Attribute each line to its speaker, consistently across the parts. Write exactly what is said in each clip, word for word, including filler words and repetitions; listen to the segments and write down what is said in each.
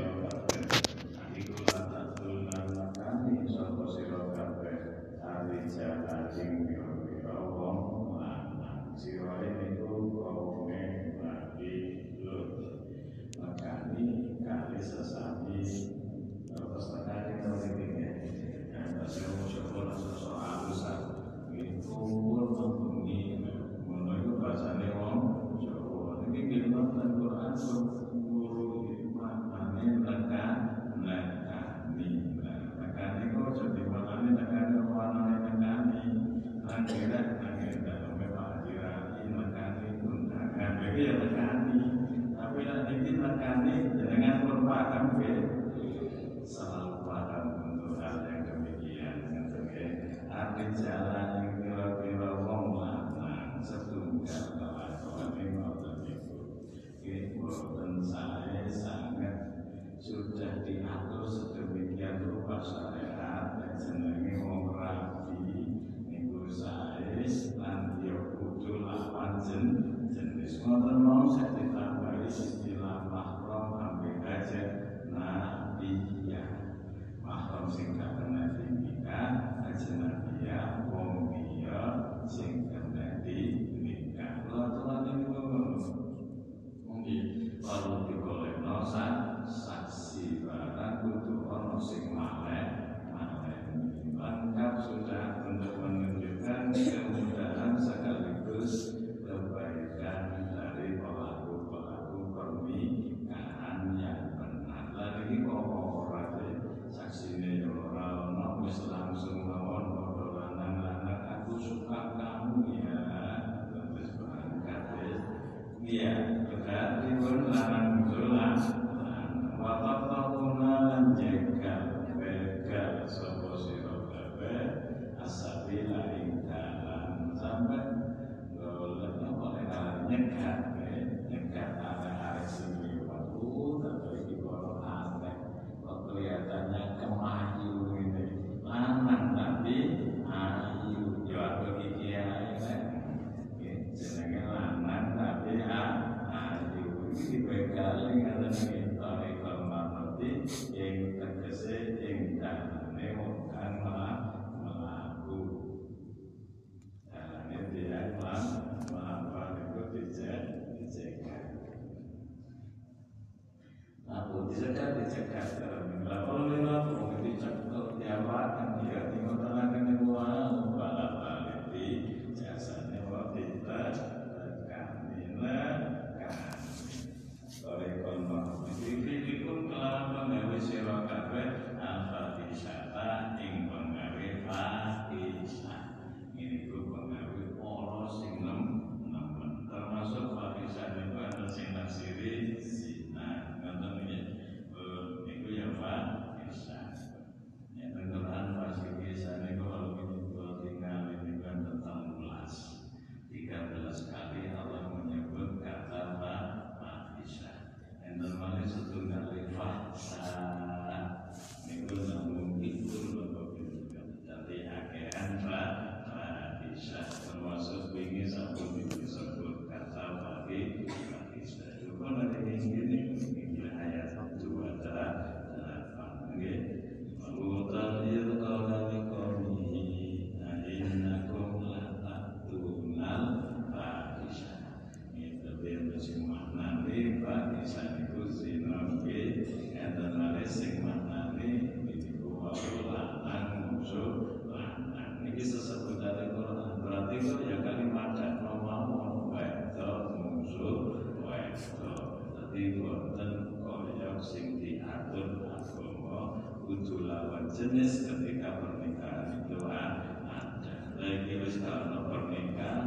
Speaker 1: jenis ketika pernikahan itu ada. Lagi wis kalau pernikahan,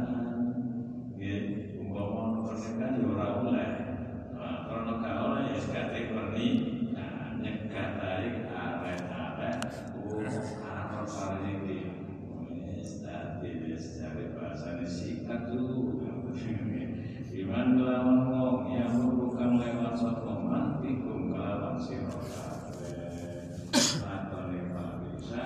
Speaker 1: gitu. Umpama pernikahan ya ora oleh. Karena kalau oleh ya sekali pernikahan, nyekat dari arek-arek, oh arek hari ini, wis tadi wis cari bahasane sikat dulu. Iman kelawan wong yang bukan lewat sapa mantikum kelawan sira.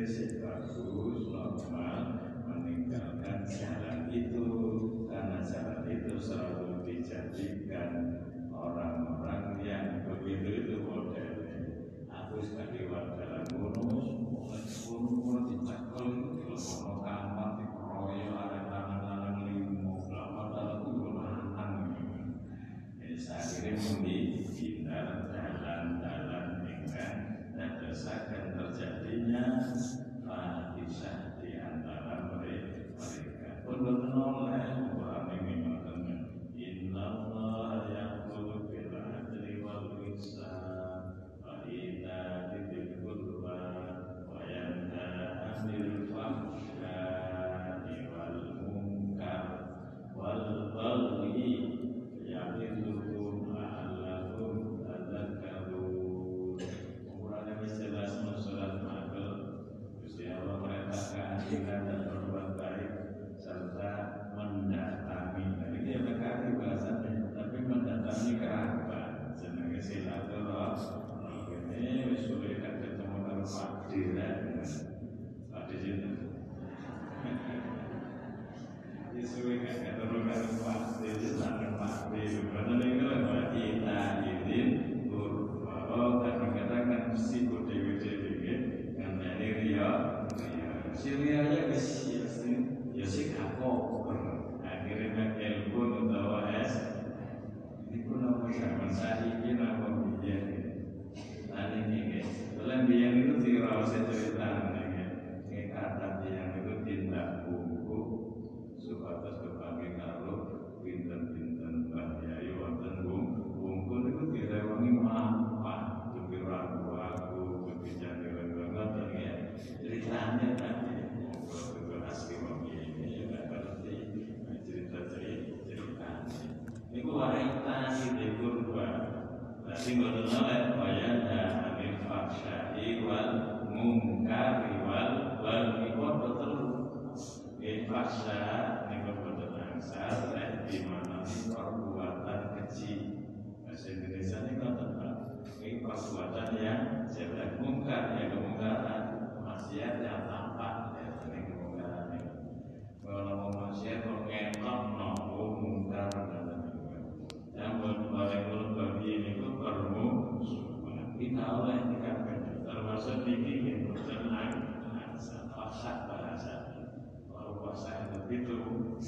Speaker 1: sih bagus, normal, meninggalkan jalan itu, karena jalan itu selalu dijadikan orang-orang yang begitu itu modelnya. Aku sebagai warga Lagunus, mulai sepuluh dicakol itu kalau kamar dikeroyok ada tangan-tangan limo, lama-lama itu berlahan. Akhirnya mundi hindar jalan-jalan hingga terdesakan terjadinya fahisah di antara mereka. Pun berkenal orang ini mengatakan Inna Allah yaqulu bil adli wal ihsan wa ita'i dzil qurba wa yanha 'anil fahsya'i wal munkar wal baghi ya'idzukum la'allakum tadhakkarun. Ukurannya jelas surat Ma'idah. Gusti Allah perintahkan kita dan berbuat baik serta mendatangi. Jadi dia berkali bahasanya, tapi mendatangi kerabat. Senangnya silaturahmi. Ini sulit kan ketemu dengan Pak Dirjen. Pak Dirjen. Sulit kan ketemu dengan Pak Dirjen sampai Pak Dirjen. Karena ini kalau kita izin berbau kadang-kadang kan mesti dewi-dewi kan dari Rio. Si Rio nya bisa ya sih kako. Akhirnya telepon atau es. Ini pun nama zaman saya ini nama biaya. Tadi nih, kalau biaya itu tidak usah cerita nih. Ini kata biaya itu tindak bungku supados kepanggih karo pinten-pinten bahaya wonten bungku itu direwangi manfaat bagi ragu aku berbicara banget ya. Ceritanya tadi itu asli wong ini ya berarti cerita-cerita. Iku waritasi di kurba. Berarti boten oleh wayanda anil fahsya'i wal munkari wal baghi betul. Fahsya niku boten angsal di mana perbuatan keji. Bahasa Indonesia niku ngoten. Ini perbuatan yang jelek, mungkar ya kemungkaran, maksiat yang tampak ya ini kemungkaran ini. Kalau mau maksiat kok ngetok no mungkar dan yang boleh mulut bagi ini pun permu kita oleh dikatakan termasuk tinggi yang bertenang faksa bahasa kalau faksa yang begitu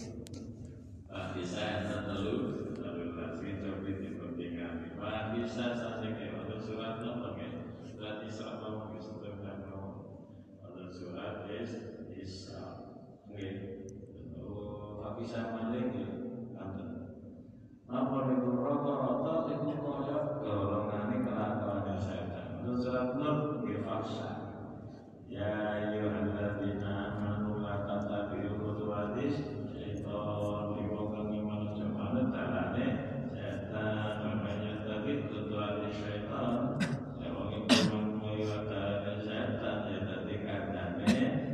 Speaker 1: bisa yang terlalu lalu lagi coba dipertinggali bisa saja kayak ada surat apa ya surat Isra apa surat apa ada surat Isra gitu bisa malik ya apa itu rata-rata itu koyok golongan ini kelakuan setan. Itu surat Nur Al-Faksa. Ya ayyuhalladzina amanu la tattabi'u khutuwatis syaitan diwong iman jamaah dalane setan makanya tapi khutuwatis syaitan ya wong iman koyok dalane setan ya dadi kandhane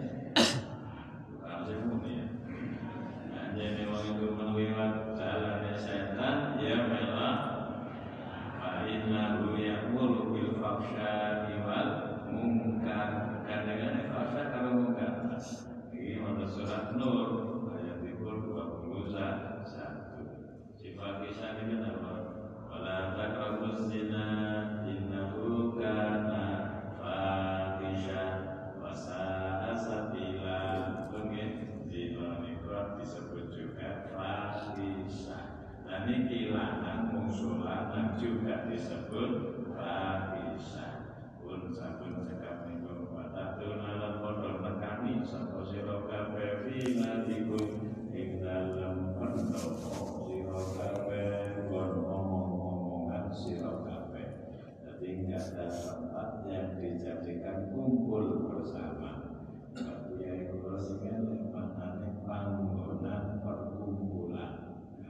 Speaker 1: kasih muni ya. Anjene wong iman liwat dalane setan ya malah fa innahu ya'muru bil fahsya'i wal munkar. Kadang-kadang fahsya kalau munkar. Ini ada surat Nur ayat dua puluh satu. Sifat kisah ini apa? Wala taqrabuz zina innahu kana fahisha wa sa'a sabila. Mungkin zina itu disebut juga fahisha. Dan ini lanang mungsulan juga disebut fahisha. Pun sabun cekap niku watatun alam podol nekani sapa sira kabeh finatikum ing dalem pendopo sira kabeh ngomong-ngomongan sira kabeh. Jadi enggak ada tempat yang dijadikan kumpul bersama. Tapi ya itu sing maknane panggonan perkumpulan.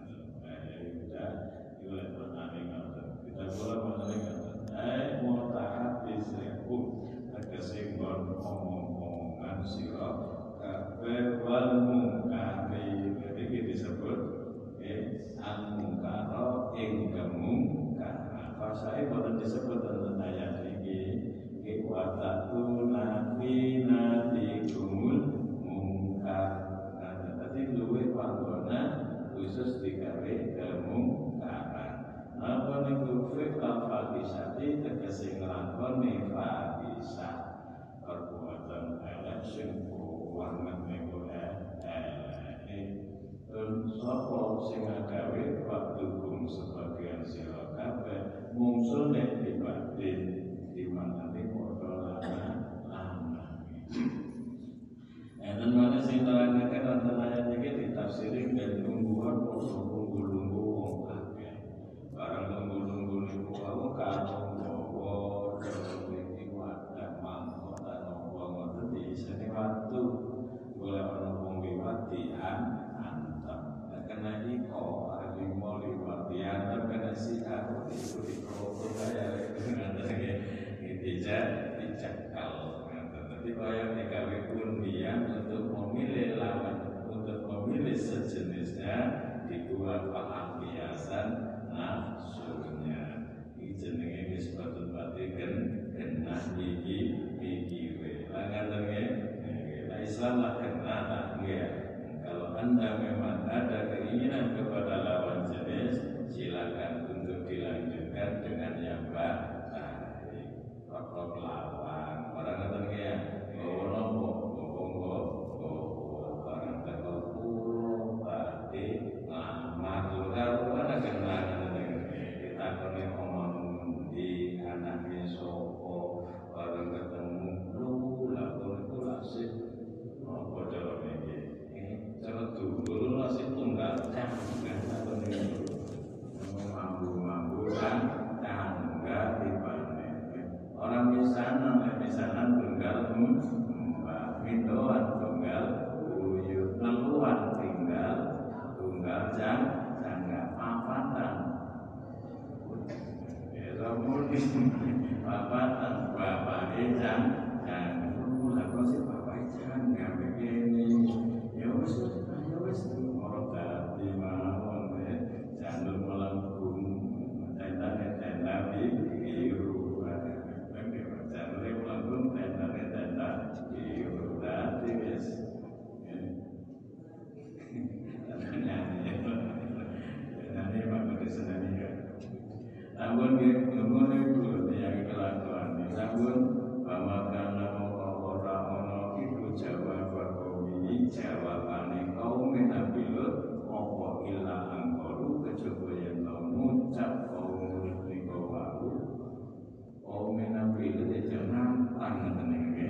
Speaker 1: Kita boleh menerima. Eh, mau taat disebut tegese ngomong-ngomongan sira kabeh wal mungkari. Jadi disebut eh al mungkara ing kemungkaran. Fasai boten disebut tentang ayat iki. Iki wa tatuna fina mung sebagian sira kabeh mungsul nek dibatin dimanani padha lanang-lanang. Enten mana sing nerangake wonten ayat iki ditafsiri ben lungguhan padha lungguh-lungguh wong akeh. Barang lungguh-lungguh niku wae karo bawa iki wadah mangkon ana wong ngoten disene watu golek ana wong liwat diantem. Kena iko arep limo liwat diantem kena si aku iku dikoko kaya ngene iki dicekal. Tapi kaya digawe undian untuk memilih lawan, untuk memilih sejenisnya dibuat pelampiasan nafsunya. Iki jenenge wis patut-pati genah iki iki we. Lah ngaten nggih. Nah Islam lah genah tak nggih. Kalau Anda memang ada keinginan kepada lawan jenis, silakan untuk dilanjutkan dengan yang baik. Rokok lawan, barang ngaten nggih ya. Bawa nopo, bawa bawa barang teko pulo, badhe lamar karo ana kenangan kita kene omong di anake sapa bareng ketemu lu lakon itu lasih apa carane iki eh cara dulu lasih tunggal jangan ngoten niku mambu-mambu kan tangga dipanen orang misanan misanan tunggal mbak mindoan tunggal uyut neluan tinggal tunggal jang jangga papatan ya muni papatan bapak jang jang lah kok sih bapak jang gawe kene ya wis ya wis ora dadi mawon jangan melengkung tenda-tenda biru Namun namun itu yang kelakuan namun pamakan nama orang-orang itu jawab kaum jawaban kaum nabilut apa illa angkoru kejaba yang mengucap kaum nikawahu kaum nabilut jangan tangan nenge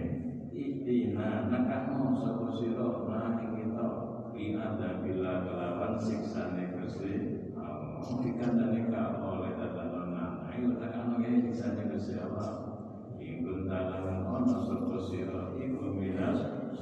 Speaker 1: itina nakakno sapa sira nang kita inada bila kelawan siksane Gusti Allah dikandani ka oleh tatanan ayo takano nggih siksane Gusti Allah ingkun dalam ana sapa sira iku minas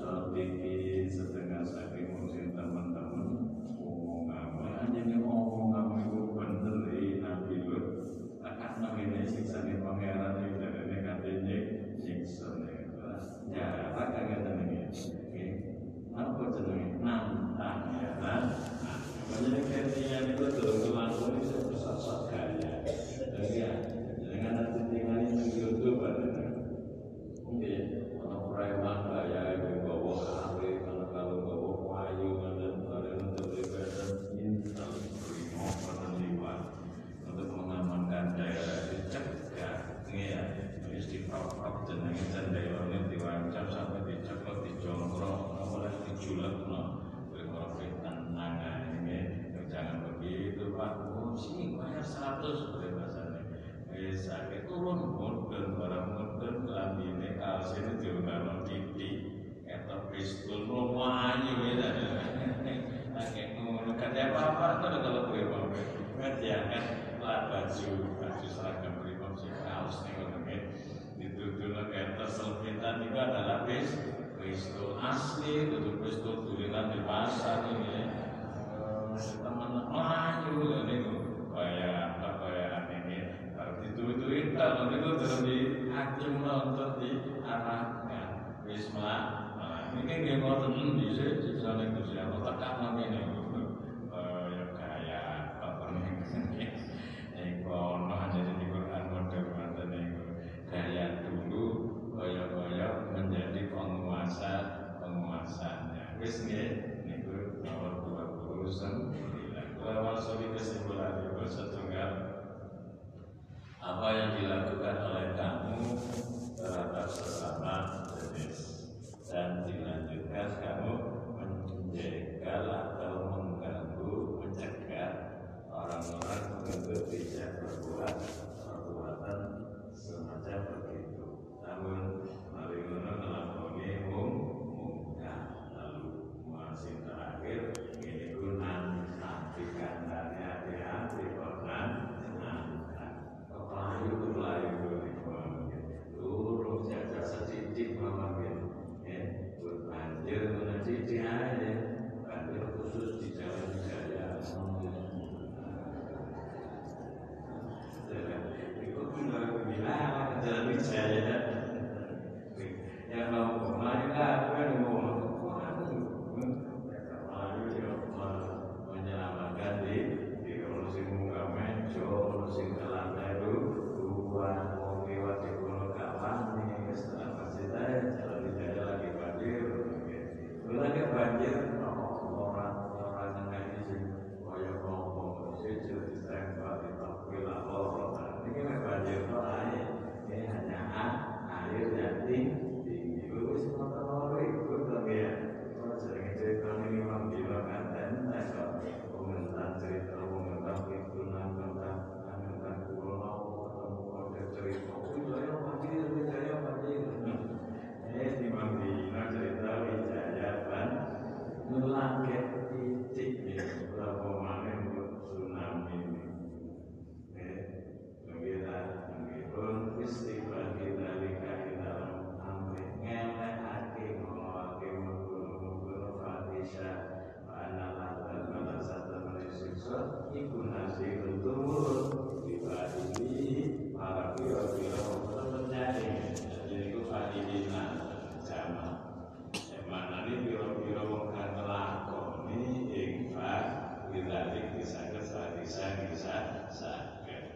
Speaker 1: sadiki setengah saking musim teman-teman omongan jadi omongan iku bener nabi Lut takano ngene siksane pangeran iki dadene katene siksane ya tak ngeten iki apa jenenge nantang ya kan banyak ketian itu turun langsung itu besar-besar gaya dan ya dengan nanti tinggal di YouTube ada mungkin orang preman gaya itu bawa hari kalau kalau bawa wayu dan barang untuk beribadah intel primo peneliwan untuk mengamankan daerah dicegah ya harus diprok-prok jenenge cenderone diwancam sampai diceklok dijongkrok apalagi dijulek no tenang aja jangan begitu Pak oh sini bayar seratus boleh bahasanya eh sakit turun modern barang modern lambine kaos ini diunggah titik atau pistol rumahnya beda kayak ngono kan ya apa-apa itu kalau pribadi kan ya kan lah baju baju seragam pribadi sih kaos nih kalau dituduh kayak terselpitan itu adalah pistol asli itu pistol tulisan di pasar ini teman maju ini kayak apa kayak ini kalau dituduhin kalau itu terus dihakim untuk diarahkan wisma ini kan dia mau tenun di sini sana itu siapa tekan ini ya kayak apa nih ini kono hanya di Quran model-model ini kayak dulu kayak menjadi penguasa penguasanya wis nggih niku nomor dua puluh sembilan kalau masuk kesimpulan itu setunggal apa yang dilakukan oleh kamu terhadap sesama jenis dan dilanjutkan kamu menjegal atau mengganggu mencegah orang-orang saya yang mau lain lah, kan mau menyelamatkan di di revolusi muka mejo, revolusi dalam itu dua mau lewat di pulau kawan nih setelah masjid saya kalau tidak lagi banjir, lagi banjir orang-orang yang ini koyok ngomong sih ditembak ditapkilah orang ini banjir kok air ini hanya air yang tinggi lulus motor ikut lagi ya kalau sering cerita ini memang bilang kan dan kok komentar cerita komentar ikutan tentang tentang pulau ketemu kode cerita Wijaya banjir Wijaya banjir eh memang bilang cerita Wijaya ban ngelangket titik nih berapa mana buat tsunami ini eh kita pun istighfar kita dikasih dalam amri ngelak hati ngolak menggunung Fatisha Panalah dan Manasa dan Malaysia Ibu nasi untuk dibagi para biro-biro menjadi jadi itu Fadilina sama mana ini biro-biro bukan melakoni ingfak bila bisa bisa bisa bisa sakit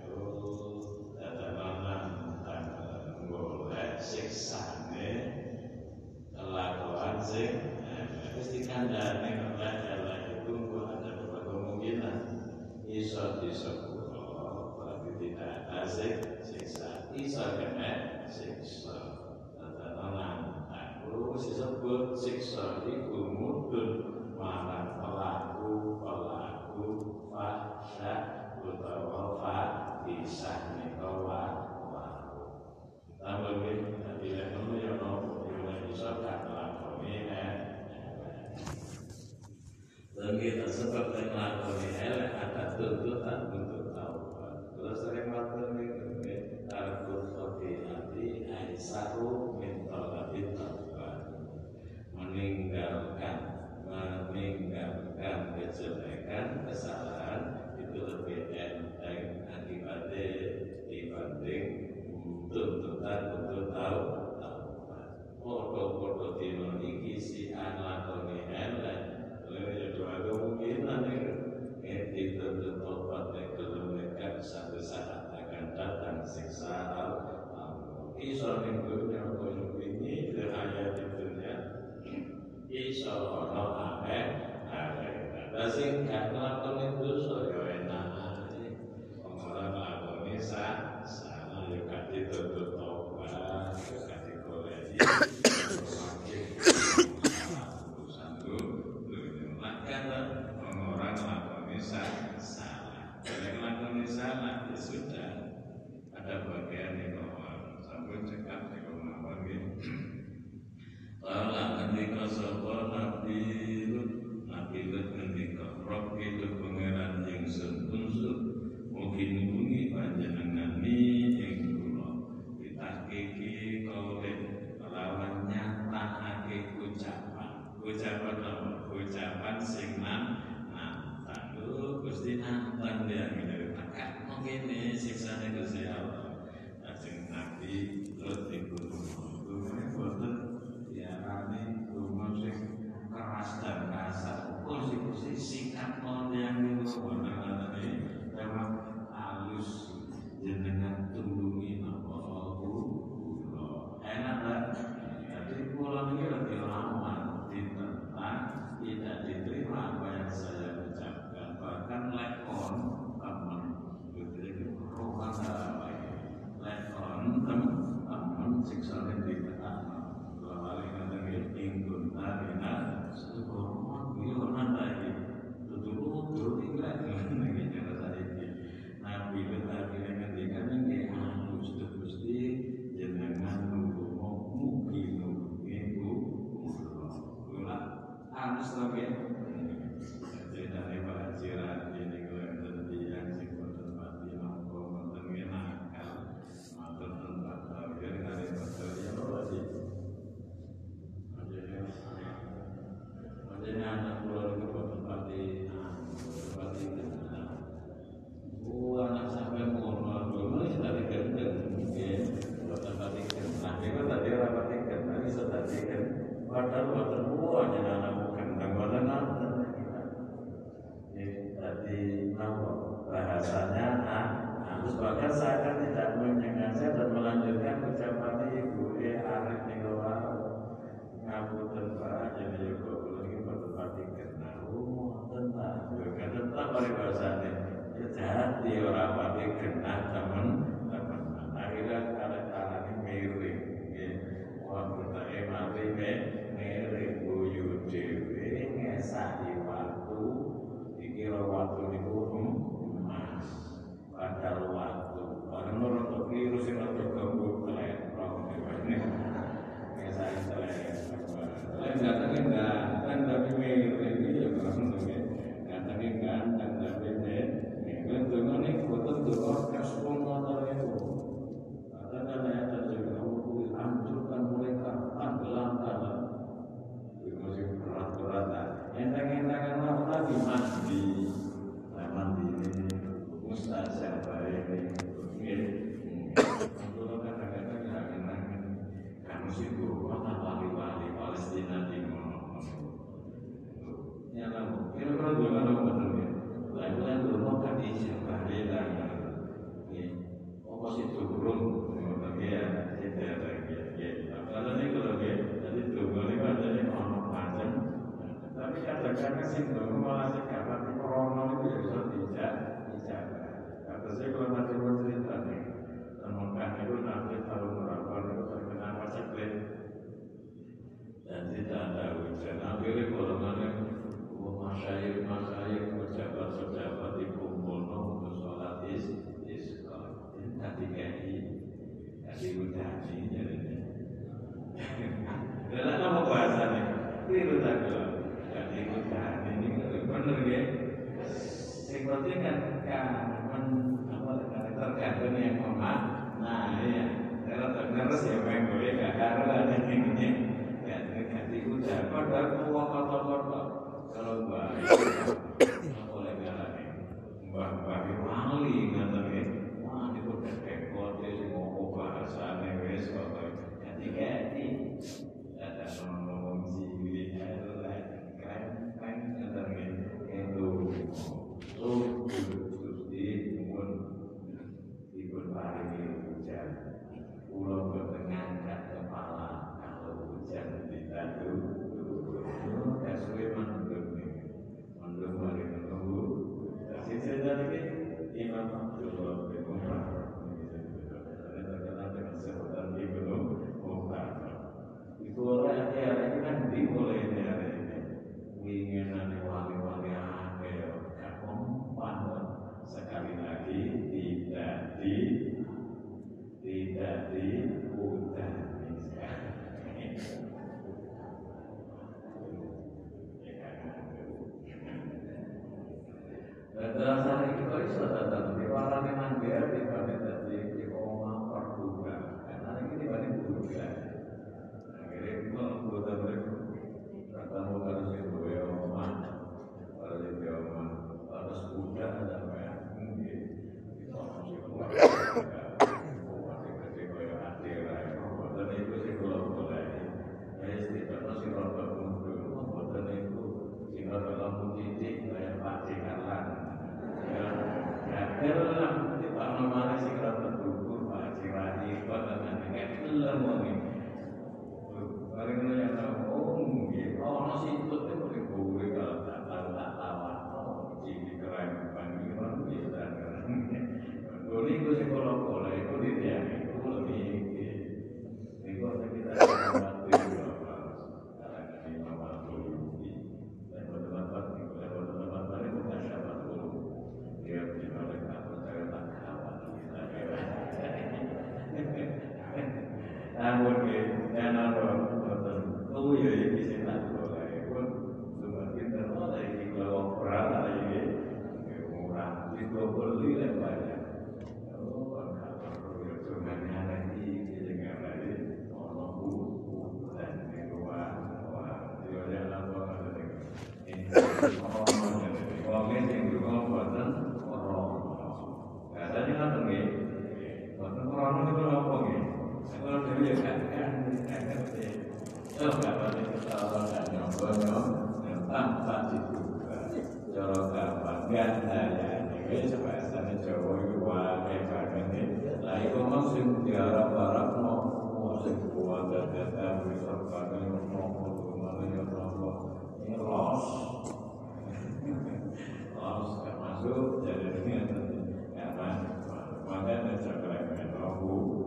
Speaker 1: siksane kelakuan sing mesti kandhane oleh Allah itu ada dua kemungkinan iso disepuro berarti tidak ada siksa iso kena siksa tetanan aku disebut siksa iku mudun marang pelaku pelaku fahsya utawa fahisah nikawa Lalu bila kamu yang mau yang bisa tak lakoni dan kita seperti lakoni ada tuntutan untuk taubat. Kalau sering lakoni tarikul khati'ati aisaru min talabil taubat, meninggalkan meninggalkan kejelekan kesalahan itu lebih enteng akibatnya dibanding tuntutan untuk tahu foto-foto dino iki si anak lakoni elek lalu dua kemungkinan ini dituntut tobat dan kelemahan satu saat akan datang siksa Allah iso minggunya koyo ini ayat itunya iso ono akeh akeh dasing gak lakoni dosa yo enak orang lakoni sa juga dituntut tobat, juga dikoreksi, urusan dulu, maka orang melakukan salah. Kalau melakukan salah, ya sudah ada bagian yang orang sampai cekap di kemauan gitu. Kalau nanti kau sopo nabi lut, nabi lut nanti kau roh itu pangeran yang sentunsut, mungkin hubungi panjenengan ni. Iki kaulen lawan nyatakake ucapan ucapan apa ucapan sing nantang lho Gusti nantang dia ngene tak ngene siksane Gusti Allah ajeng nabi Lut iku lumane boten diarani lunga sing keras dan kasar Gusti sikap yang niku wonten memang halus jenengan tulungi napa enak kan? Jadi pulau ini lebih lama ditentang, tidak diterima apa yang saya ucapkan. Bahkan lekon teman, itu rumah apa ini? Lekon teman siksa yang diterima. Dua kali kata ingkun tarina, satu korban biar lagi. Tujuh tujuh tiga lagi cara saya ini. Nabi kita kira ketika ini harus terpasti jenengan mungkin ibu gula harus lagi dari pelajaran ini yang tadi yang singkat tempat di mampu mengenalkan atau tempat belajar dari materi yang lagi. Jadi anak dikudani jadinya. Dalam apa bahasanya? Keliru tak kalau gak dikudani ini bener ya. Yang penting kan kan apa tergantung yang memang. Nah iya, kalau terus ya memang boleh gak karena ada yang ini gak gak dikudani. Padahal tua kota-kota kalau baik boleh galak mbah-mbah wali ngatane wah itu kekot sing ngomong bahasane wis kok ganti-ganti ada ngomong cilik elek keren-keren ngatane itu so Gusti pun dipun paringi hujan kula boten ngangkat kepala kalau hujan ditadu kasuwe mendung mendung mari menunggu cerita lagi Imam Abdullah bin Umar terkenal dengan sebutan Ibnu Umar. Itu orang yang itu kan dimulai dari keinginan wali-wali akhir keempat sekali lagi tidak di tidak diudani. Dalam hari kita itu datang di orang yang mandiri dibanding dari di orang perbuka karena ini dibanding buka akhirnya kita buat mereka datang bukan si dua orang pada di orang atas buka ada banyak mungkin kita masih kuat kuat seperti kayak hati raya dan itu sih kalau boleh ya tidak masih rotok untuk dan itu sehingga dalam titik kayak patikan dalam di mana sih kalau terdukur Pak Ciradi pada nanti kelam ini, paling yang tahu mungkin oh nasi itu tu boleh boleh kalau tak tahu tak lawan oh jadi keren panggilan bisa keren, boleh itu sih kalau boleh itu dia itu lebih itu kita bantu apa kalau di mama dulu dan teman-teman teman-teman paling bukan siapa dulu dia punya namun dan apa oh ya ini bisa tak boleh pun cuma kita mau dari kalau perang lagi murah itu beli lah banyak oh kalau cuma lagi dengan lagi orang buku dan keluar wah dia dalam apa ini orang orang yang juga buatan orang katanya apa nih buatan orang itu apa nih kalau dia kan kan kan oh kapan itu kalau tak nyoba tanpa diduga cara kapan gandaya ini bahasanya Jawa itu wae banget lah itu maksud diarah-arah mau sing kuat data bisa pakai nomor mana yang nomor ini los los masuk jadi karena makanya cakap menobu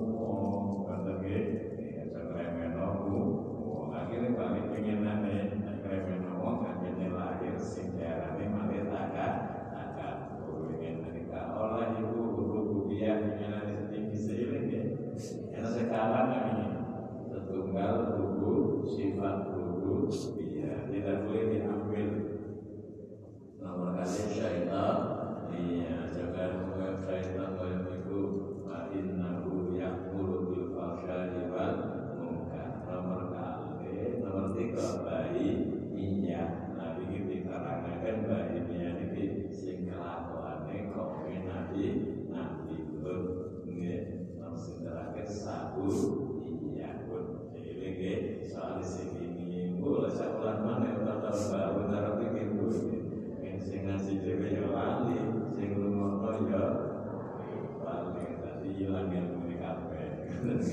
Speaker 1: akhirnya balik pengen nane kremen ngomong akhirnya lahir sejarah ini malah takak takak pengen ketika oleh ibu rububiyah dengan setinggi seiring ya karena sekarang ini setunggal rubu sifat rububiyah tidak boleh diambil nomor kali syaitan iya jangan menganggap syaitan yang itu innahu ya'muru bil fahsya'i wal munkar nomor kali nomor tiga bayi iya nabi ini diterangkan bayi ini sing kelakuane kok nabi nabi pun nggih langsung terakhir satu iya pun jadi nggih soal sing ini boleh sakulan mana tahun baru nara pikir pun sing ngasih dhewe ya lali sing lunga ya hilang yang kabeh.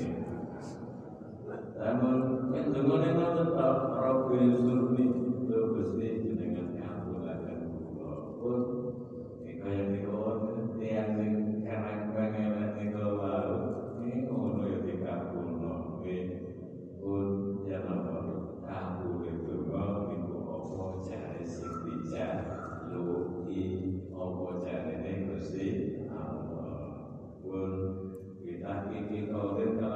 Speaker 1: Namun yang dengannya tetap Rabbil Surni itu Gusti dengan kabulakan pun jika yang dikawal tiang yang karang bangelan yang keluar ini ngono ya dikabulno pun jangan kabul itu mau itu apa cari sing bijak luki apa carane Gusti pun kita kiki kaurin kalau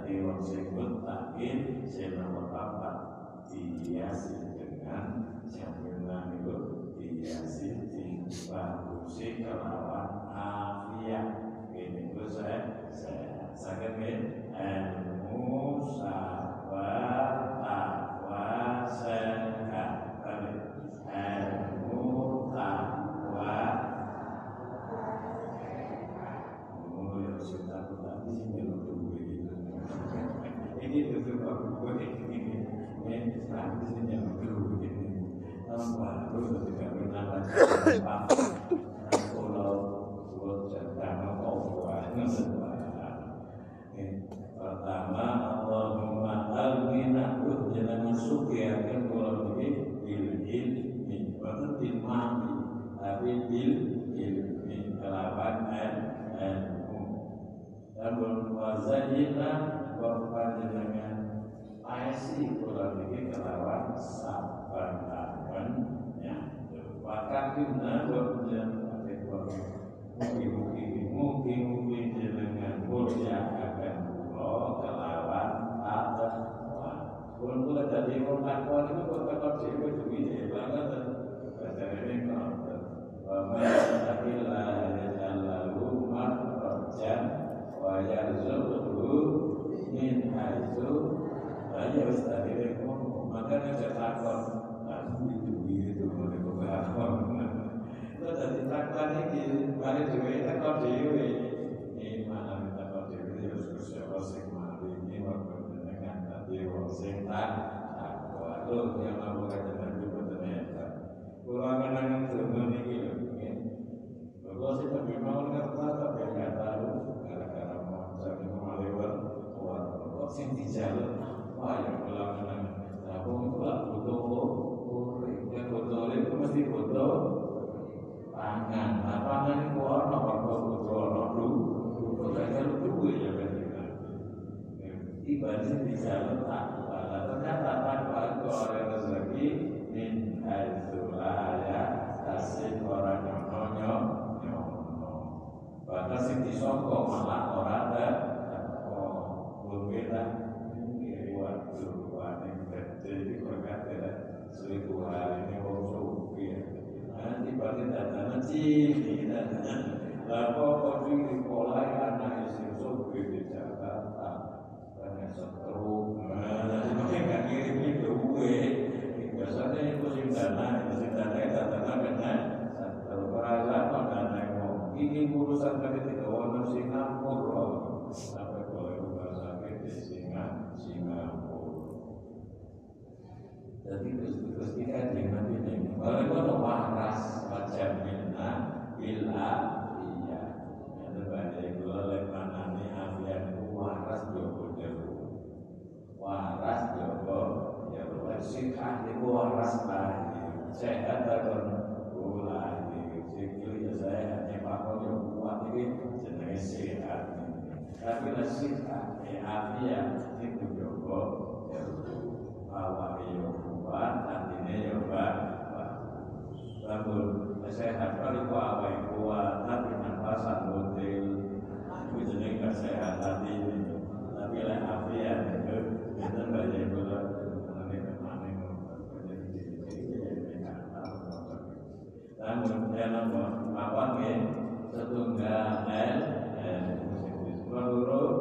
Speaker 1: Jadi wong sing mutakin sing nomor papat dihiasi dengan jaminan itu dihiasi dibagusi kelawan afiat. Ini itu saya saya sakit ilmu sabar takwa zakat. Ilmu takwa oh ya sudah tadi sini lo ini itu aku ini ini tadi sini yang dulu ini tambah terus tidak pernah lagi kalau buat jangan kau buat pertama Allahumma almina tuh jangan sukiakan kalau ini bil ilmi bukan bil mami tapi bil ilmi kelawan ilmu dan wazayina bukan dengan aisi kalau ini kelawan sabar-sabar wakafina bukan mungkin mungkin mungkin dengan mulia akan pulau kelawan atas pun pula jadi orang takwa itu berkata siapa itu ini banget baca ini kalau Wama'ilah Lalu Marrojan Wa yarzuqhu min haitsu ya wis tadi rekon makanya saya takon itu itu boleh berapa itu tadi takon iki mari dhewe takon dhewe ini mana takon dhewe ya wis sing mari ini waktu dengan tadi wong sing takwa lho yang mau kajian itu ternyata kula menang zaman iki lho kalau sih tapi mau ngerti tapi nggak tahu gara-gara mau jadi malewat kok sing dijaluk wah ya kula menang nah kok itu lah foto ya foto itu mesti foto tangan nah tangan itu ono foto foto ono dulu foto aja lu dulu ya berarti kan ibadah dijaluk tak ternyata takwa itu orang rezeki min haitsulaya hasil orang nyono bahkan sing disongkok malah orang ada oh berbeda ini waktu wani jadi berkat ya seribu hari ini orang sufi nanti pada datang ciri datang lalu kau di kolai anak istri sufi di Jakarta banyak seteru nanti mereka kirim itu gue biasanya itu sing dana sing dana datang benar satu peralatan dana ini urusan kami tidak wajib Singapura sampai boleh rumah sakit di Singa Singapura. Jadi terus kita dengan ini, walaupun waras macam mina bila iya, ada banyak gula lepanan ini afian waras joko joko, waras joko joko, sikah itu waras lagi, sehat atau gula sikil ya saya hanya pakon yang kuat ini jenenge sehat tapi lah sehat ya afiat itu juga ya awak yang kuat artinya ya bagus sehat kalau awak yang kuat tapi nampasan model itu jenenge kesehatan ini tapi lah afiat itu kita banyak gula namun dalam apa ke setunggal L seluruh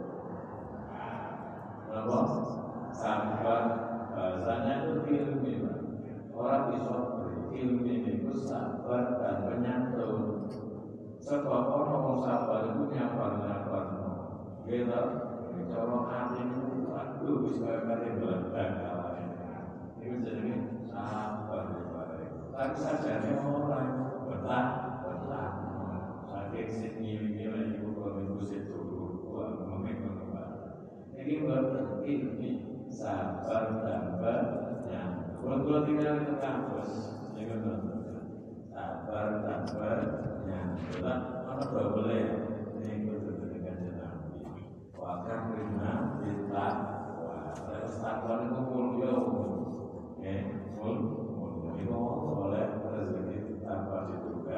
Speaker 1: apa sahabat bahasanya itu ilmi orang bisa ilmi itu sabar dan penyantun sebab orang sabar itu nyapar nyapar kita corong hati itu aduh bisa kali meledak itu jadi sabar tapi saja orang betah betah sakit sini ini lagi bukan itu situ bukan mengenai ini berarti ini sabar dan bernyam kalau tinggal di kampus ini sabar dan bernyam betul mana boleh ini betul dengan jenam wakar lima kita wah terus takkan itu mulia eh itu oleh rezeki tanpa diduga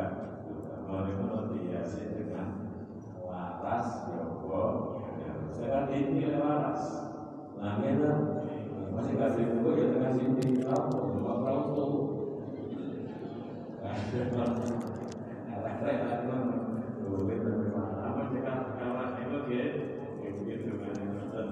Speaker 1: melalui hiasi dengan waras joko sekarang ini lewat Elek-elek aku boleh tapi apa jika kawan itu dia begitu kan nonton.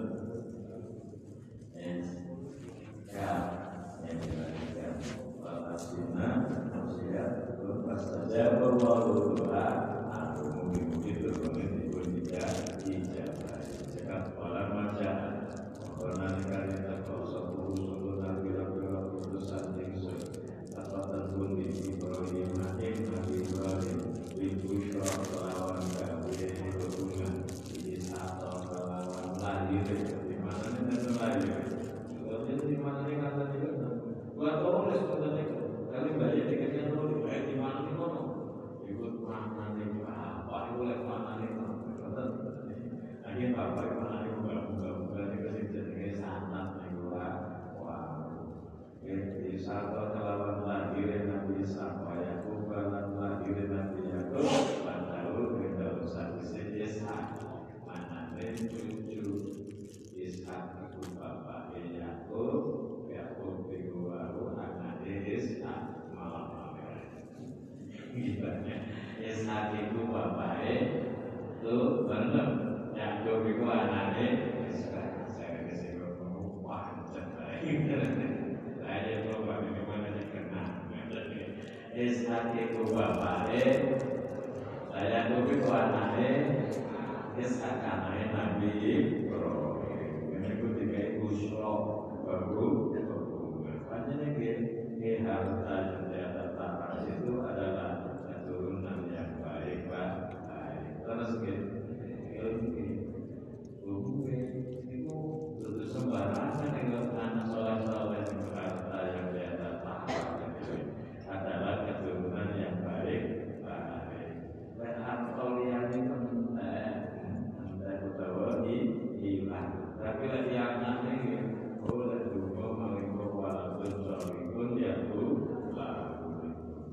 Speaker 1: Yes. Ya, yang dilakukan Al-Asina, Manusia, Lepas saja bahwa doa, aku mungkin-mungkin turunnya pun tidak dijawab. Cakap pola macam, orang kali tak kau sepuluh sepuluh nabi nabi putusan tinggi, apa terpun di Ibrahim, Nabi Nabi Ibrahim, di Bushra lawan kawin hubungan di atau lawan lahir di mana ini lahir. Di mana ini kata dia, buat orang seperti itu. Kali banyak dikasih tahu di mana ini kono, ikut mana ini apa, boleh mana ini kono. Lagi apa mana ini bukan bukan bukan dikasih jadi sanat negara. Wah, ini satu kelawan lahir Nabi Sampai aku balan lahir Nabi Yakub. Padahal kita usah disini Ishak, mana ini cucu Ishak itu bapak Yakub. Yakub itu baru anak Ishak malam gimana? Ishak itu bapaknya itu benar. Yakub itu anaknya Ishak. Saya kasih ngomong wajar baik. Saya coba bagaimana dikenal. Ishak itu bapaknya. Yakub itu anaknya Ishak anaknya Nabi Ibrahim. Ini itu tiga Bushra baru. Makanya ke harta yang di atas tanah itu adalah keturunan yang baik baik. Terus ke ilmu ilmu itu itu sembarangan dengan anak soleh soleh yang harta yang di atas tanah itu adalah keturunan yang baik baik. Dan harta liar itu entah entah utawa hilang. Tapi lagi anaknya boleh juga melingkup walaupun pun yaitu lagu.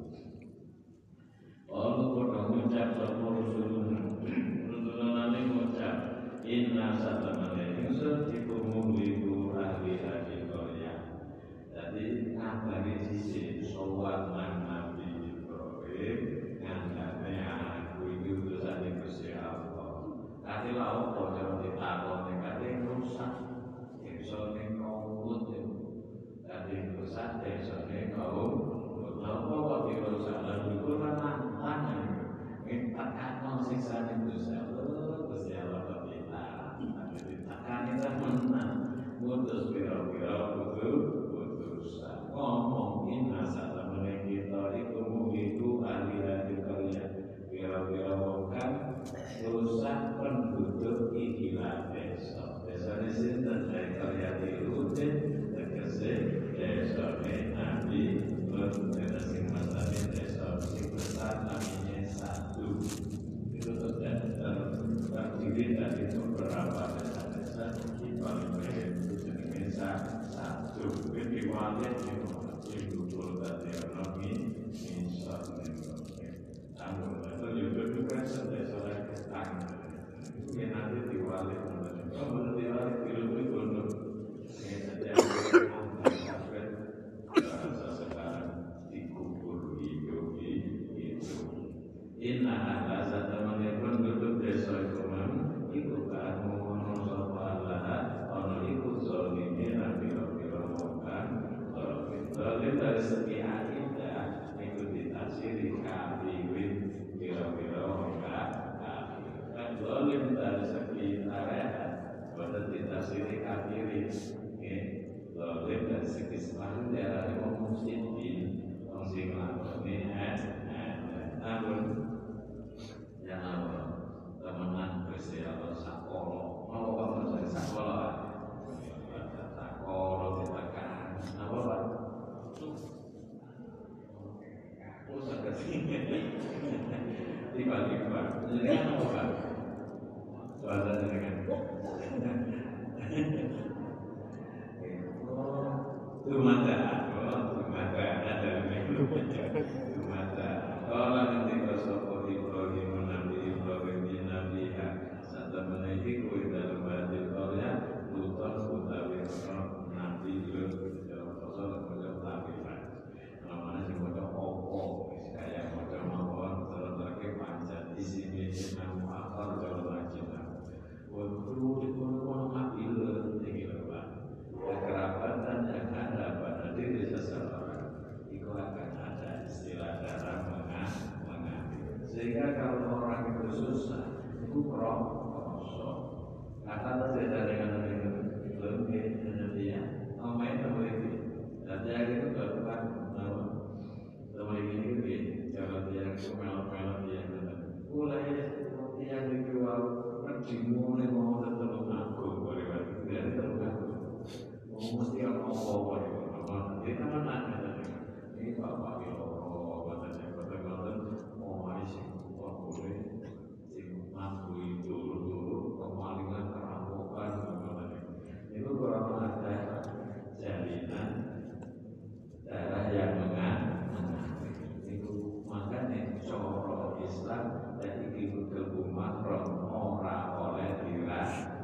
Speaker 1: Allah pernah mengucap satu rusulun, rusulun nanti mengucap inna satamane insun iku muhliku ahli ahli Korea. Jadi ngabari sisi sowan nang Nabi Ibrahim ngandane aku iki utusane Gusti Allah. Kate lauk kok ditakoni kate rusak. Iso ning kaumut tadi rusak iso ning kaum apa kok dirusak lan iku mantan mintakan siksa ning Gusti Allah Gusti Allah kok kita ditakan kita menang mutus pira-pira kudu putus ngomong inna satamane kita iku muhidu ahli-ahli karya pira-pira wong kan rusak penduduk ikilah desa desane sinten dari karya dirutin tegese desa Nabi berkata sing masane desa sing besar namanya satu itu sudah terdiri dari beberapa desa-desa di paling itu jenenge satu iki walet sing dulu tadi ekonomi insya Allah tanggung itu juga desa tang itu nanti diwalet kalau diwalet itu itu inna ala satamane penduduk desa iku mang iku kamu ono sapa Allah ono iku zalime pira-pira wong kan zalim dari segi akidah iku ditafsiri kafirin pira-pira wong kan zalim dari segi syariat boten ditafsiri kafirin nggih zalim dari segi Islam daerah wong muslimin wong sing lakoni namun yang apa temenan Gusti Allah sakolo mau apa saja sakolo sakolo ditekan apa Pak oh sakit tiba-tiba ini apa Pak suara dengan Tumata, oh tumata ada minggu tumata. Kalau nanti kosong Ibrahim Nabi Ibrahim Nabi Hak satu menaiki kui dalam bahasa Korea luton utawi Nabi Lut dalam kosong kosong Nabi Hak. Namanya sih kosong opo kayak Sehingga kalau orang itu susah, itu kroso. Kata tidak dengan lebih dia, main sama ini. Dan dia itu berbuat sama ini ini. Kalau dia itu melok-melok dia kata, mulai dia dijual dimulai mau terlalu aku, boleh dia terlalu aku. Mesti orang bawa dia, dia kan anak ini bapak dia orang katanya kata-kata mau isi uang boleh, si mampu itu dulu kemalingan kerampokan katanya. Itu kurang ada jalinan darah yang mengandung. Itu makanya coro Islam dan ikut kebumat orang oleh dirapi.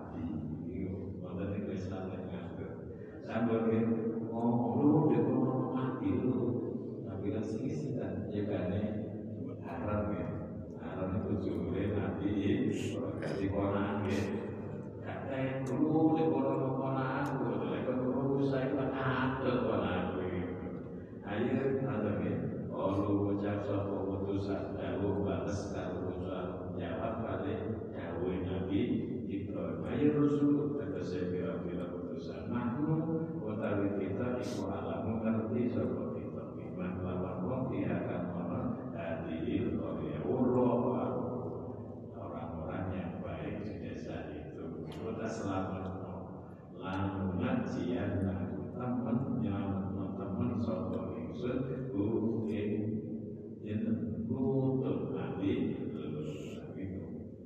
Speaker 1: Makanya Islam dengan sambil ngomong dulu dia ngomong mati dulu. Tapi kan sih sih kan jagannya haram ya. Haram itu jumlah nabi di koran ya. Kata yang dulu di koran koran aku, lepas dulu saya tak ada koran aku. Akhir ada ni, orang ucap suatu putusan, lalu balas lalu ucap jawab balik jawab nabi Ibrahim. Akhir Rasul kata saya bila-bila putusan makhluk, utawi kita iku alamu ngerti sopo kita. Iman lawan wong dia akan menolak hadil oleh Allah orang-orang yang baik di desa itu. Kita selamat lalu najian teman yang teman sopo ingsun bukan jeneng butuh nabi itu.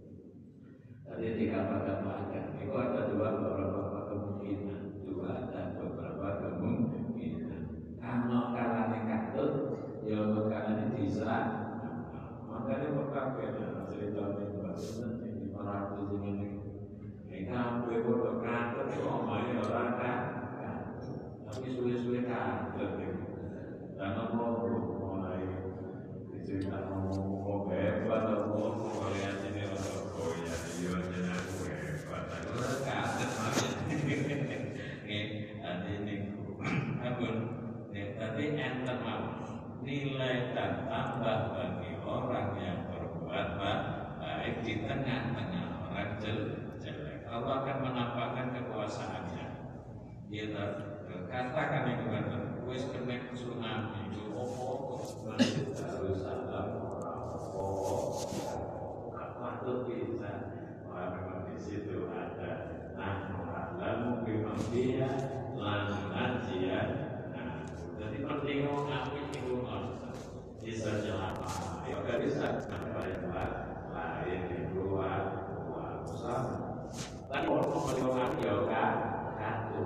Speaker 1: Tadi dikatakan itu ada dua beberapa kemungkinan, dua dan beberapa kemungkinan. Kalau kalane katut, ya kalane bisa. Makanya berkabeh cerita ini bahasa ini para tujuh ini. Mereka berbuat katut, omai orang kan. Tapi suwe-suwe katut. Dan nomor mulai cerita ngomong hebat atau melihat ini orang koya, dia jadi aku hebat. Aku katut macam ini. Nanti ini aku tadi enter mau nilai dan tambah bagi orang yang berbuat baik di tengah-tengah orang jelek. Allah akan menampakkan kekuasaannya. Dia katakan itu kan, wis kena tsunami itu opo harus salam orang opo patut bisa. Memang di situ ada nah lalu memang dia langan dia. Nah, jadi penting ngapain itu bisa jalan. Ya gak bisa apa yang lain di luar luar usaha. Tapi orang melihat ya kan satu.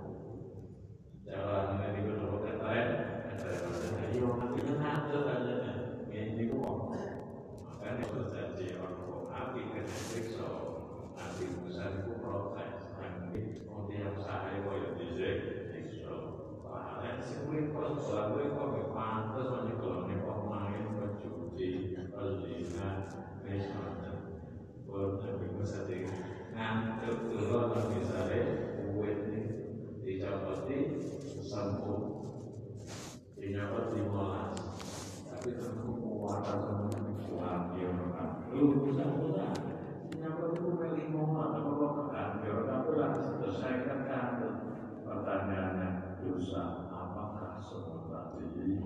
Speaker 1: Jalan ini di luar keren, keren maksudnya. Iya orang itu satu aja. Ini kok. Makanya terjadi orang api kena siksa. Nabi Musa itu protes. Kemudian saya boleh disiksa. Karena semua kau selalu kau pantas menyekolahnya kau main berjudi, berzina, misalnya. Kalau Nabi Musa itu ngantuk dulu misalnya, buat ini dicopoti sempur, dinyopot dimolas. Tapi tentu kuasa semua kuat dia orang. Lu bisa mudah. Nyapa itu melingkung atau apa kan? Tapi langsung selesaikan kan pertanyaannya dosa apakah semua tadi?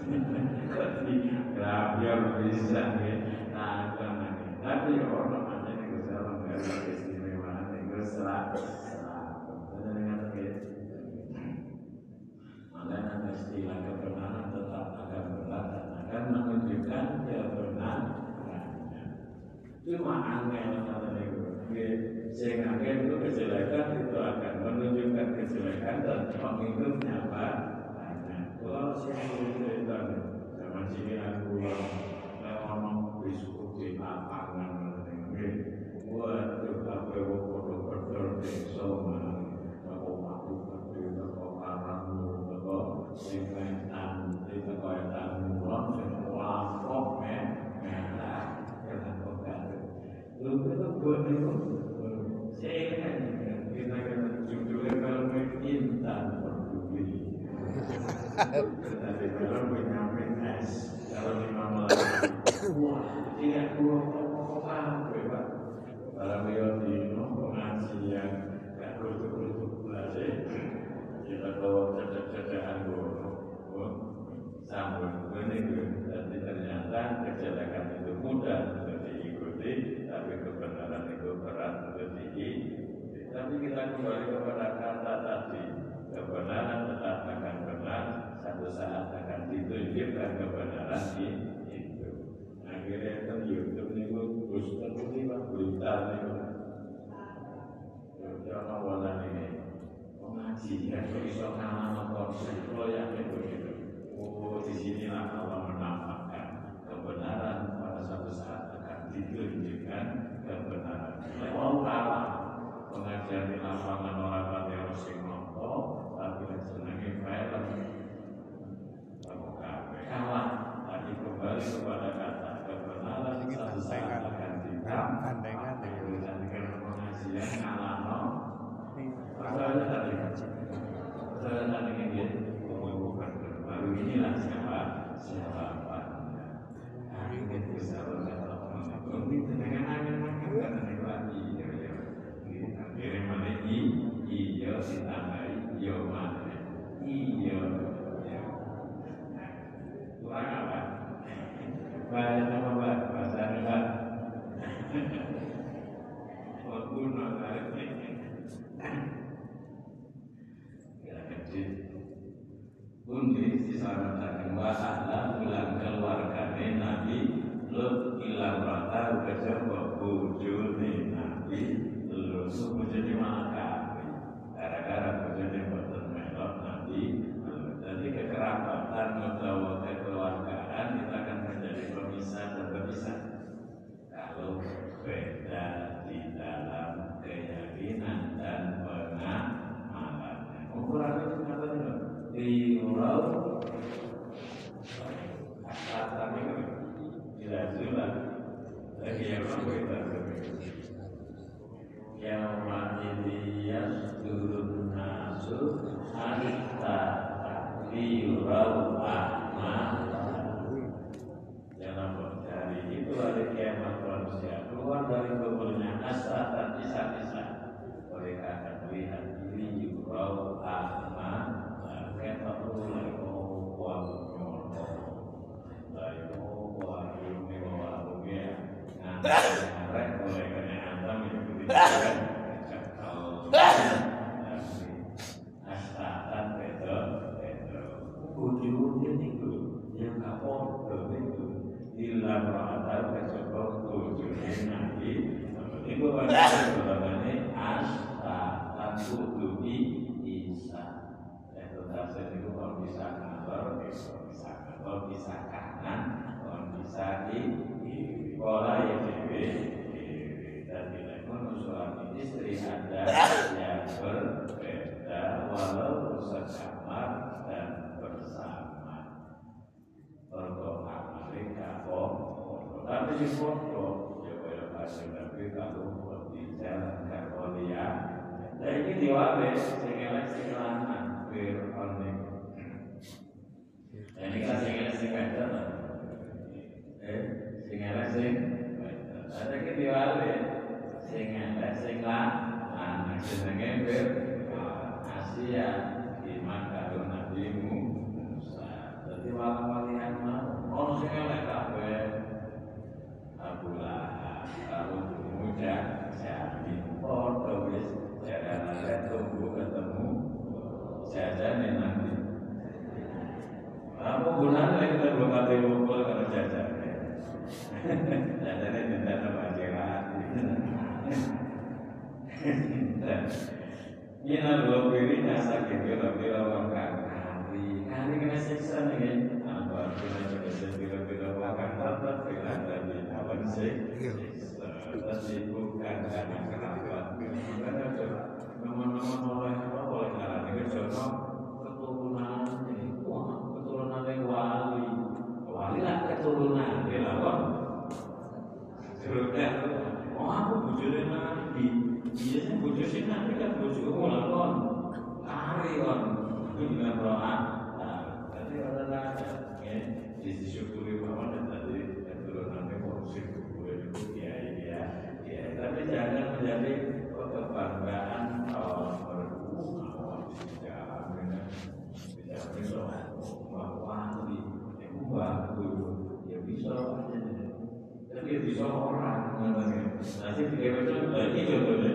Speaker 1: Biar bisa nih, nah kan nih. Tapi orang macam ini kesalah nggak ada keistimewaan itu salah salah. Ada dengan itu. Makanya istilah kebenaran tetap akan benar dan akan menunjukkan kebenaran. Cuma angin atau sehingga angin itu kejelekan itu akan menunjukkan kejelekan dan pengikutnya apa? Banyak. Kalau siapa itu zaman sini aku ngomong biskup di lapangan ini, waduh apa bodoh bodoh desa mana? Aku aku aku aku karamu aku simentan itu kau tahu orang semua kok men merah. Lu itu buat itu, saya kan kita kan judulnya kalau intan peduli. Tapi kalau menyampaikan es, kalau lima malam, wah tidak gua apa-apa Pak. Para meyodino pengajian gak kutuk-kutuk belajar kita bawa cedek-cedekan gua sambung ini jadi ternyata kejelekan itu mudah untuk diikuti tapi kebenaran itu berat untuk diikuti. Tapi kita kembali kepada kata tadi, kebenaran tetap akan benar, satu saat akan ditunjukkan kebenaran itu. Akhirnya kan YouTube ini terus terus ini pak brutal ini. Jangan walau ini pengajian kok iso ngalah konsep lo yakin begitu. Oh di sinilah Allah menampakkan kebenaran pada suatu saat akan ditunjukkan kebenaran. Mau kalah pengajian di lapangan orang pati harus nonton, tapi senangnya film. Kamu kalah, tadi kembali kepada kata kebenaran satu saat akan ditunjukkan. Dengan pengajian kalah no. Persoalannya tadi, persoalan tadi ini bukan baru inilah siapa siapa apa. Hari ini bisa berkata ini dengan angin-angin dan lagi. Akhirnya mana i iyo ditambahi iyo mana iyo kurang apa? Bahasa apa? Bahasa apa? Waktu nolak kita kecil undi diselamatkan wahala ulang keluargane Nabi Lut ilang rata kejaba bojone Nabi Lut bojone malah kabeh gara-gara bojone boten melok Nabi Lut. Jadi kekerabatan utawa kekeluargaan itu akan menjadi pemisah dan berpisah kalau beda di dalam keyakinan dan pengamalannya. Ukuran itu kata di pulau atas ini tidak sulit. Lagi yang kita yang majlis turun nasu hatta di pulau amal. Jangan bercari itu hari kiamat manusia keluar dari kuburnya asal dan kisah-kisah. Mereka akan melihat diri di pulau amal. Kita perlu lagi kuat dari kuat ilmu bawa dunia. Nanti mulai kena antam itu tidak kalau asatan betul betul. Ujungnya itu yang kapal itu ilah rata kecoba ujungnya nanti. Itu pada sebelumnya asatan kudubi isa. Dasar itu kalau bisa ngalor, kalau bisa ngalor, bisa kanan, kalau bisa di pola ya dewi, dan tidak pun suami istri ada yang berbeda walau sekamar dan bersama. Berdoa mereka foto, tapi di foto ya boleh pasang tapi kalau di jalan Karolia, nah ini diwales, sengelak sengelanan. Ini kan sing sing wedok. Eh, sing elek sing wedok. Ada ki diwale sing elek sing lanang jenenge bir Asia di Makka Nabi Musa. Dadi wali-walian mau ono sing elek kabeh. Abu Lahab, Abu Muda, Syahid, foto wis jalan tunggu ketemu jajan nanti. Apa gunanya kita belum ada ngumpul kalau jajan? Jajannya tidak ada bajiran. Ini dua pilihnya sakit bila-bila makan kali. Kali kena siksa nih. Apa kita bisa bila-bila makan apa? Bila tadi apa sih? Tapi bukan karena kenapa? Karena nama-nama oleh apa oleh karena ini contoh keturunan ini, wah keturunan yang wali, wali lah keturunan dia lawan. Keturunan, oh aku bujurnya nabi, biasanya bujurnya nabi kan bujurnya lawan, kari kan, itu dengan doa. Nah, tadi orang lain, ya, disyukuri bahwa tadi keturunan yang bisa orang ngono. Nanti dikira lagi contohnya.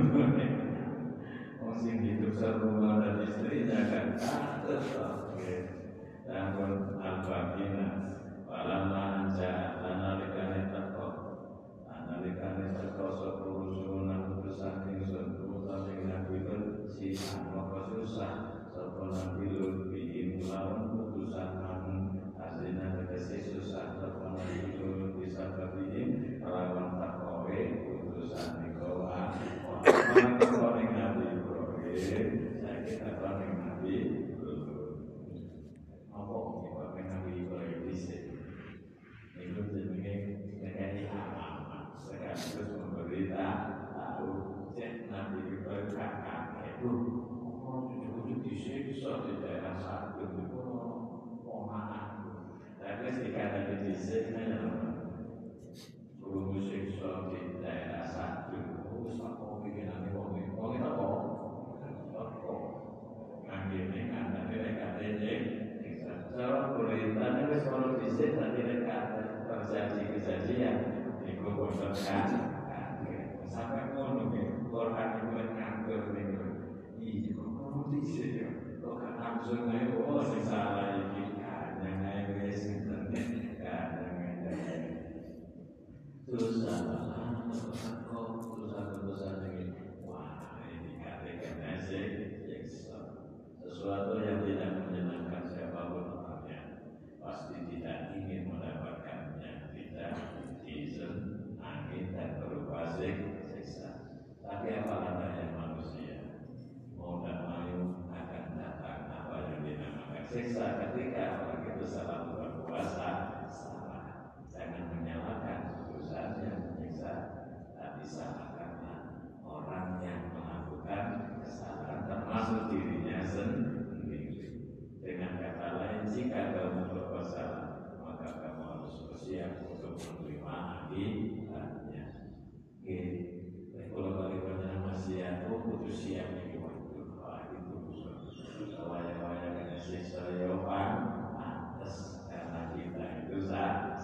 Speaker 1: Wong sing hidup serumah dan istrinya kan tetap namun al-baqinas walama anja analikane teko analikane teko sapa rusulan utusan ingsun utawi nabi si maka susah sapa nabi lebih melawan utusan namun aslinya tegese susah sapa nabi bisa kabeh lawan takowe utusan niku ah orang nabi saya kita orang nabi apa orang nabi bisa itu jenenge menjadi amanah sekaligus memberita tahu cek nabi berkata itu oh cucu-cucu disiksa di daerah satu itu omongan tapi ketika nabi disiksa belum disiksa di daerah satu oh sapa pikiran wong wong itu apa ini kan nanti mereka ini cara perintahnya wes kalau disini nanti mereka terjadi kejadian itu bosankan sampai ngono Quran itu nganggur nih iya kok disini kok kan langsung aja oh sing salah iki kadang aja wes internet kadang aja susah kok susah-susah ini wah ini katakan aja sesuatu yang tidak menyenangkan siapapun orangnya pasti tidak ingin mendapatkannya tidak izin angin dan berupa siksa tapi apa adanya manusia mau dan mau akan datang apa yang dinamakan siksa ketika orang itu salah berpuasa salah jangan menyalahkan urusan yang menyiksa tapi salah karena orang yang melakukan kesalahan termasuk dirinya sendiri. Dengan kata lain, jika kamu berpuasa, maka kamu harus bersiap untuk menerima akibatnya. Oke, kalau bagaimana masih aku putus siap di waktu wah itu wajah-wajah kena siksa Yohan atas karena kita itu salah.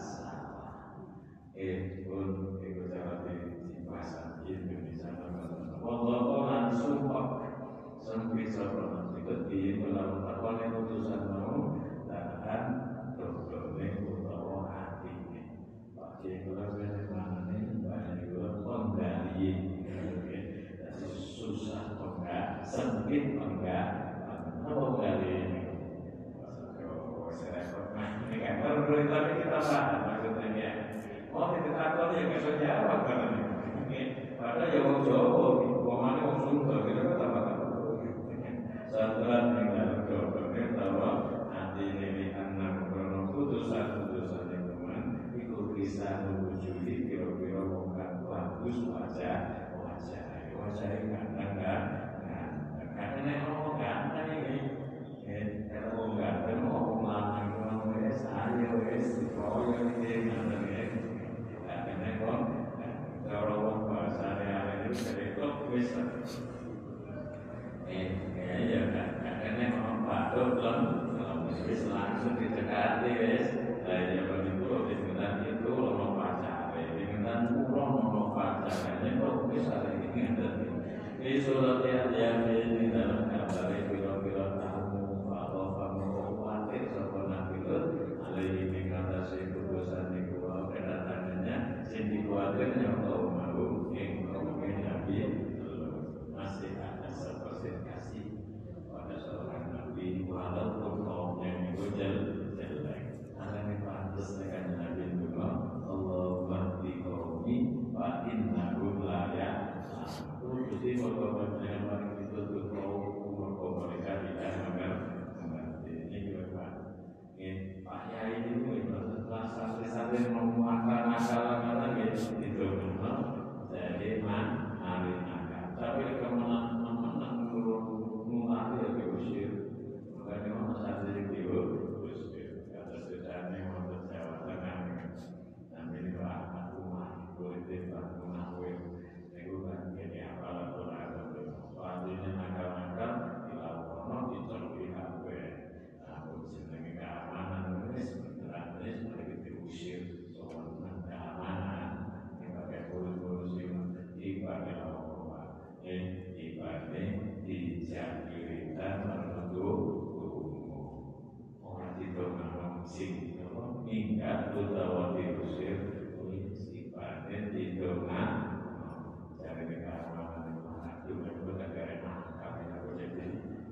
Speaker 1: Eh pun ikut jawab di bahasa Indonesia Allah langsung sempit sopan ikut di melawan takwa yang utusan mau dan berdoa utawa hati pakai gula dari mana nih banyak gula penggali jadi susah enggak sempit enggak apa penggali ini oh saya pernah ini kan baru tapi kita paham maksudnya mau ditakut ya nggak sejawab kan ini padahal ya wong Jawa wong mana wong Sunda kita kan tambah Satuan tinggal dokternya bahwa nanti ini anak krono putusan-putusan yang teman ikut bisa menwujudi kira-kira bukan bagus wajah wajah wajah yang ganteng kan karena ini orang ganteng ini kalau orang ganteng orang lanang orang wes ayo wes dikoyo ini ganteng ya karena orang orang bahasa yang itu dari kok wes eh ya kan karena orang batuk belum wis langsung didekati wis ya begitu dengan itu orang pacar dengan kurang orang pacar ini kok bisa ini ada di surat yang di dalam kabar biro-biro tamu kalau kamu khawatir sama nabi itu alaihi mengatasi kudusan di gua kedatangannya sing dikuatirnya Allah mau yang kamu nabi masih ada seperti kasih pada seorang nabi walaupun kaumnya itu jelek karena ini pantas dengan nabi itu Allah bagi kaumi wa innahu la ya'lamu jadi bahwa dengan orang itu tuh kaum umur mereka tidak mengerti ini juga Pak ini Pak Yai itu setelah sampai-sampai memuatkan masalah gitu itu jadi man hari tapi kemenang menang turun mulai ya diusir makanya mana saat ini diusir kata sesane mau Jawa Tengah dan ini pak rumah politik pak rumah web itu kan jadi apa pun ada soalnya nakal-nakal dilaporkan dicolki H P namun jenenge keamanan ini sebenarnya ini sebagai diusir soal keamanan malaikat utawa diusir kuwi sifate didonga cari keamanan itu itu negara kami aku jadi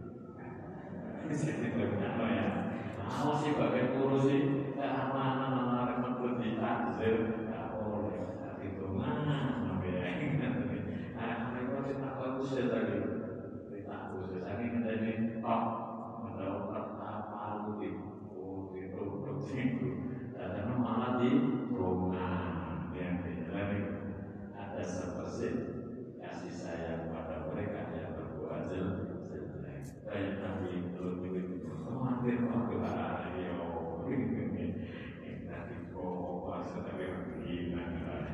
Speaker 1: jadi bagaimana ya mau sih bagai urusi keamanan orang mencuri ditakzir nggak boleh tapi donga sampai nah mereka tidak bagus ya tadi tidak bagus ya saking ini top mendapat apa lu di itu itu dan malah di rumah yang dijalani ada seperti kasih sayang pada mereka yang berbuat jelek. Banyak nabi belum begitu. Hampir waktu ayo ini nanti kau puasa tapi gimana?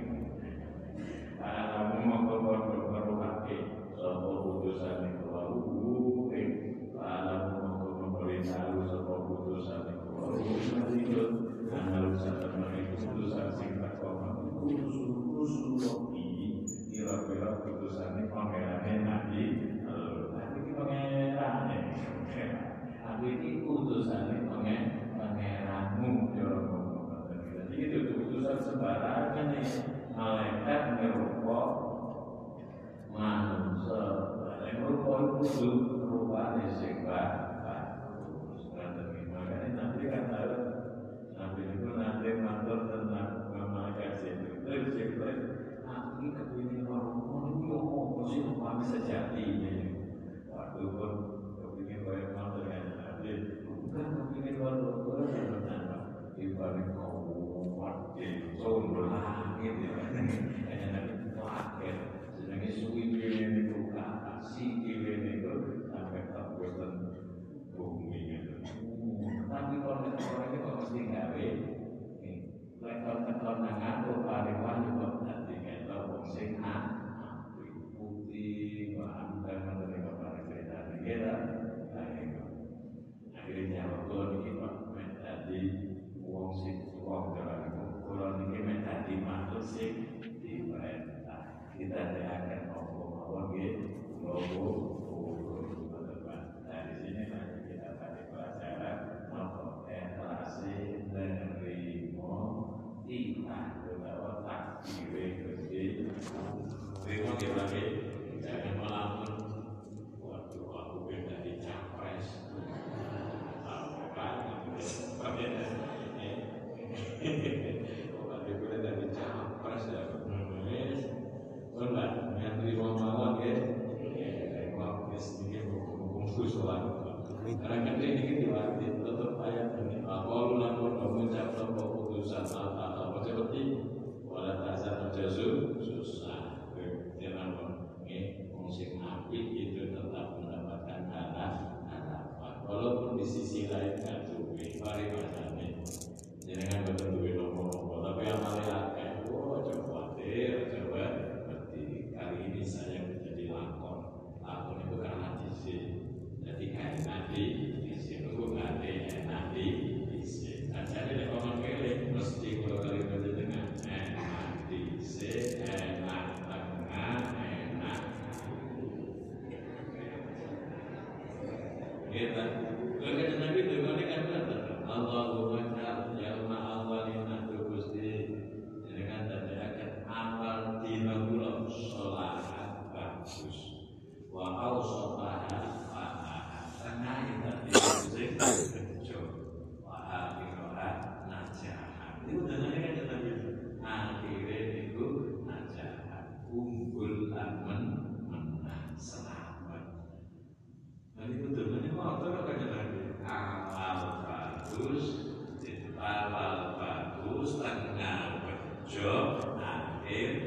Speaker 1: Alamu mau kau berbuat soal putusan itu lalu, alamu mau memberitahu soal putusan itu lalu, itu harus ada putusan singkat kau khusus logi kira-kira putusan ini pangerannya nabi, nanti pangerannya, tapi ini putusan ini pangeranmu, jadi itu putusan sembarangan nih. Malaikat merupa manusia, yang merupa itu rupanya sehingga bagus. Makanya nanti kan ada nanti itu nanti mantul tentang malaikat itu. Terus terus aku ini kepingin orang ini oh mesti paham sejati ini. Waktu pun kepingin banyak mantul kan nanti bukan kepingin orang orang yang benar. Ibarat kau mati sombong gitu ya. Hanya nanti terakhir sedangkan suwi pilih itu kata si pilih itu sampai tak bosan bumi gitu. Tapi kalau orang itu mesti gawe lekor-lekor nangatur pariwan juga nanti kita bongsing putih bahan dan menteri kepada cerita negara akhirnya waktu ini Pak tadi uang sih uang dalam ukuran ini menjadi makhluk sih diperintah kita akan ngomong-ngomong gitu ngomong dari sini nanti kita tadi pelajaran konsentrasi menerima tidak terbawa takdir Gusti terima lagi jangan melamun waktu aku beda di capres apa berbeda waktu beda dari capres ya benar yang terima mawon ya terima sedikit hukum sholat karena kan ini diwajib tetap ayat ini kalau lakukan mengucap sebuah putusan atau apa seperti wala tasar jazul susah jangan ini fungsi nabi itu tetap mendapatkan harapan walaupun di sisi lain nggak cukup mari macamnya jangan betul duit nomor-nomor tapi amalnya kayak oh coba khawatir coba berarti kali ini saya menjadi lakon lakon itu karena diisi jadi kayak nanti diisi itu nanti nanti diisi jadi ada orang kele mesti kalau kali baca dengan enak diisi enak tengah enak kita kalau nabi itu kan kan benar Allahumma ja'alna awalina Gusti dengan tadi akan awal dina kula salat bagus wa ausataha tengah tadi sing bejo wa akhirah najah itu danane kan tadi akhire niku najah unggul aman menang selamat jadi betul ini mau terus kan tadi awal bagus awal bagus tengah bejo akhir